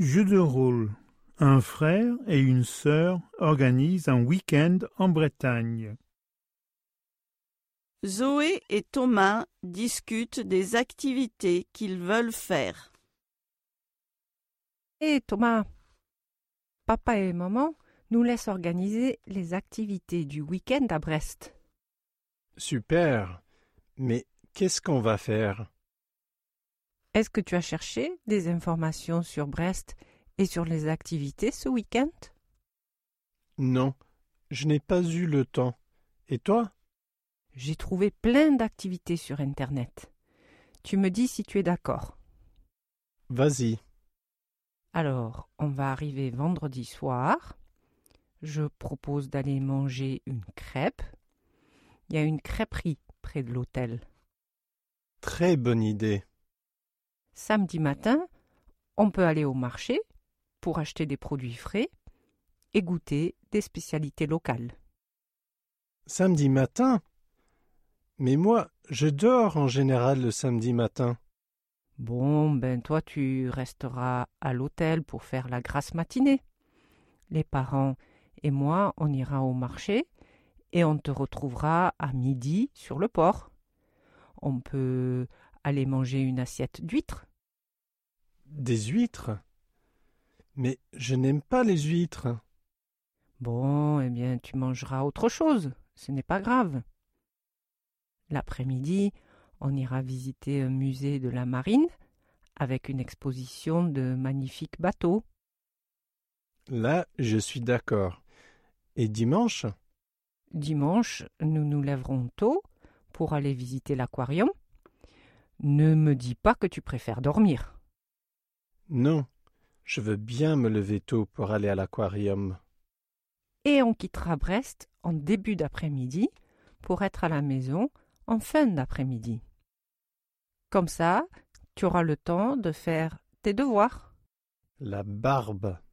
Jeu de rôle. Un frère et une sœur organisent un week-end en Bretagne. Zoé et Thomas discutent des activités qu'ils veulent faire. Hé Thomas, papa et maman nous laissent organiser les activités du week-end à Brest. Super. Mais qu'est-ce qu'on va faire? Est-ce que tu as cherché des informations sur Brest et sur les activités ce week-end? Non, je n'ai pas eu le temps. Et toi? J'ai trouvé plein d'activités sur Internet. Tu me dis si tu es d'accord. Vas-y. Alors, on va arriver vendredi soir. Je propose d'aller manger une crêpe. Il y a une crêperie près de l'hôtel. Très bonne idée. Samedi matin, on peut aller au marché pour acheter des produits frais et goûter des spécialités locales. Samedi matin? Mais moi, je dors en général le samedi matin. Bon, toi tu resteras à l'hôtel pour faire la grasse matinée. Les parents et moi, on ira au marché et on te retrouvera à midi sur le port. On peut aller manger une assiette d'huîtres. Des huîtres? Mais je n'aime pas les huîtres. Bon, tu mangeras autre chose, ce n'est pas grave. L'après-midi, on ira visiter un musée de la marine avec une exposition de magnifiques bateaux. Là, je suis d'accord. Et dimanche? Dimanche, nous nous lèverons tôt pour aller visiter l'aquarium. Ne me dis pas que tu préfères dormir. Non, je veux bien me lever tôt pour aller à l'aquarium. Et on quittera Brest en début d'après-midi pour être à la maison en fin d'après-midi. Comme ça, tu auras le temps de faire tes devoirs. La barbe.